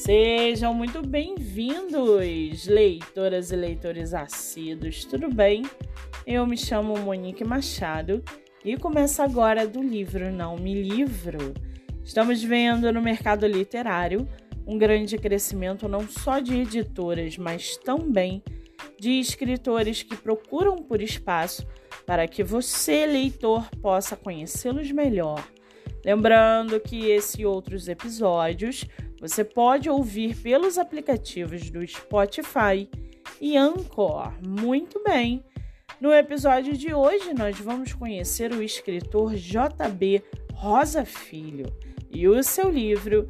Sejam muito bem-vindos, leitoras e leitores assíduos, tudo bem? Eu me chamo Monique Machado e começo agora do livro Não Me Livro. Estamos vendo no mercado literário um grande crescimento não só de editoras, mas também de escritores que procuram por espaço para que você, leitor, possa conhecê-los melhor. Lembrando que esse e outros episódios você pode ouvir pelos aplicativos do Spotify e Anchor. Muito bem! No episódio de hoje, nós vamos conhecer o escritor J.B. Rosa Filho e o seu livro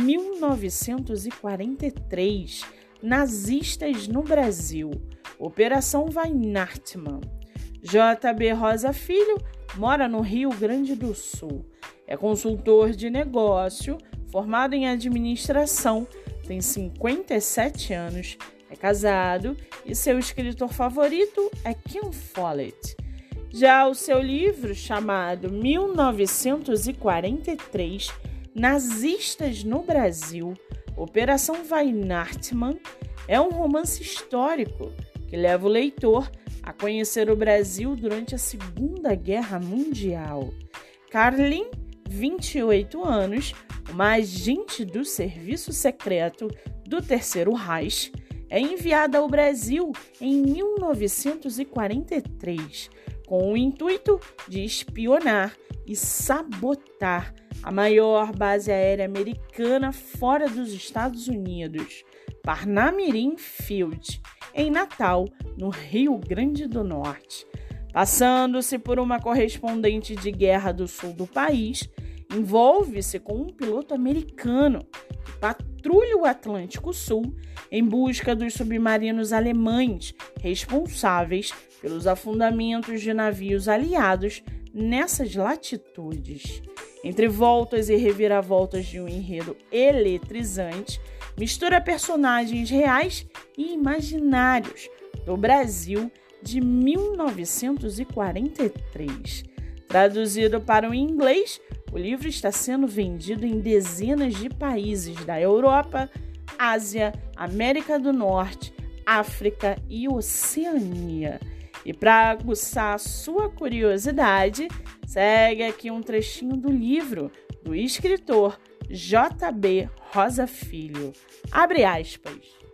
1943, Nazistas no Brasil, Operação Weihnachtsmann. J.B. Rosa Filho mora no Rio Grande do Sul. É consultor de negócio, formado em administração, tem 57 anos, é casado e seu escritor favorito é Ken Follett. Já o seu livro, chamado 1943, Nazistas no Brasil, Operação Weihnachtsmann, é um romance histórico que leva o leitor a conhecer o Brasil durante a Segunda Guerra Mundial. Carlin, 28 anos, uma agente do Serviço Secreto do Terceiro Reich, é enviada ao Brasil em 1943 com o intuito de espionar e sabotar a maior base aérea americana fora dos Estados Unidos, Parnamirim Field, em Natal, no Rio Grande do Norte. Passando-se por uma correspondente de guerra do sul do país, envolve-se com um piloto americano que patrulha o Atlântico Sul em busca dos submarinos alemães responsáveis pelos afundamentos de navios aliados nessas latitudes. Entre voltas e reviravoltas de um enredo eletrizante, mistura personagens reais e imaginários do Brasil de 1943. Traduzido para o inglês, o livro está sendo vendido em dezenas de países da Europa, Ásia, América do Norte, África e Oceania. E para aguçar a sua curiosidade, segue aqui um trechinho do livro do escritor J.B. Rosa Filho. Abre aspas.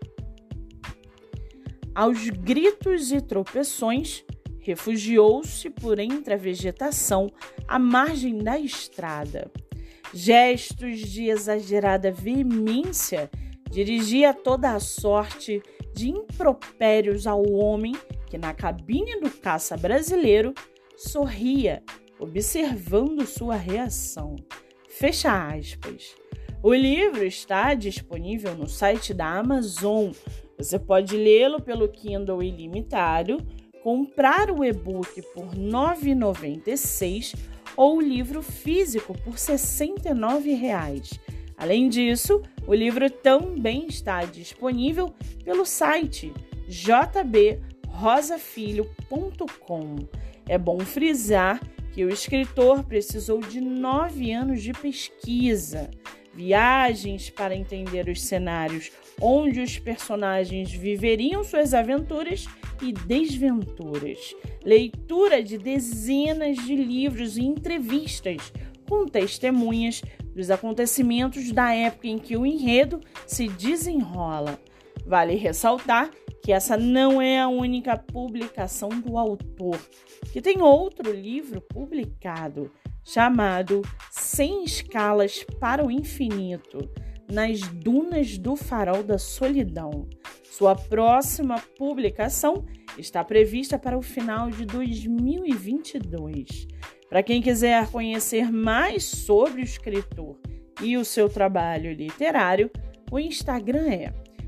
Aos gritos e tropeções, refugiou-se por entre a vegetação à margem da estrada. Gestos de exagerada veemência dirigia toda a sorte de impropérios ao homem que, na cabine do caça brasileiro, sorria, observando sua reação. Fecha aspas. O livro está disponível no site da Amazon. Você pode lê-lo pelo Kindle ilimitado, comprar o e-book por R$ 9,96 ou o livro físico por R$ 69,00. Além disso, o livro também está disponível pelo site jbrosafilho.com. É bom frisar que o escritor precisou de 9 anos de pesquisa, viagens para entender os cenários onde os personagens viveriam suas aventuras e desventuras, leitura de dezenas de livros e entrevistas com testemunhas dos acontecimentos da época em que o enredo se desenrola. Vale ressaltar que essa não é a única publicação do autor, que tem outro livro publicado, chamado 100 Escalas para o Infinito, nas Dunas do Farol da Solidão. Sua próxima publicação está prevista para o final de 2022. Para quem quiser conhecer mais sobre o escritor e o seu trabalho literário, o Instagram é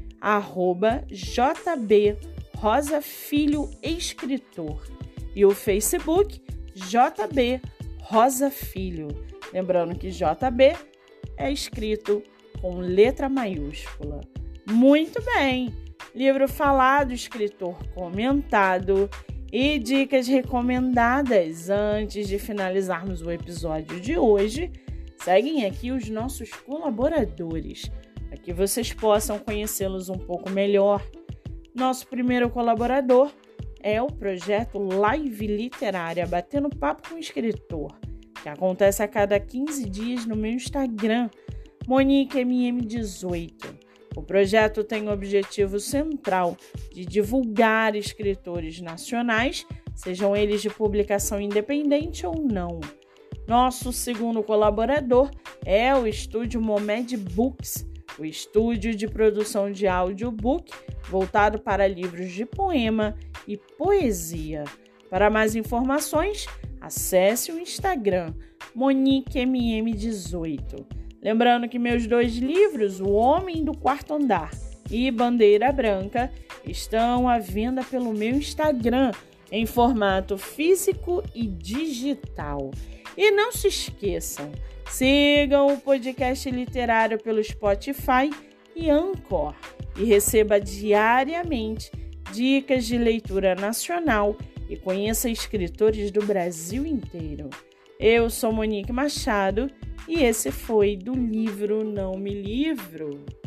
@jbrosafilhoescritor e o Facebook JB Rosa Filho. Lembrando que JB é escrito com letra maiúscula. Muito bem! Livro falado, escritor comentado e dicas recomendadas. Antes de finalizarmos o episódio de hoje, seguem aqui os nossos colaboradores. que vocês possam conhecê-los um pouco melhor. Nosso primeiro colaborador é o projeto Live Literária Batendo Papo com o Escritor, que acontece a cada 15 dias no meu Instagram, MoniqueMM18. O projeto tem o objetivo central de divulgar escritores nacionais, sejam eles de publicação independente ou não. Nosso segundo colaborador é o estúdio Momed Books, o estúdio de produção de audiobook voltado para livros de poema e poesia. Para mais informações, acesse o Instagram MoniqueMM18. Lembrando que meus 2 livros, O Homem do Quarto Andar e Bandeira Branca, estão à venda pelo meu Instagram em formato físico e digital. E não se esqueçam, sigam o podcast literário pelo Spotify e Anchor e receba diariamente dicas de leitura nacional e conheça escritores do Brasil inteiro. Eu sou Monique Machado e esse foi do livro Não Me Livro.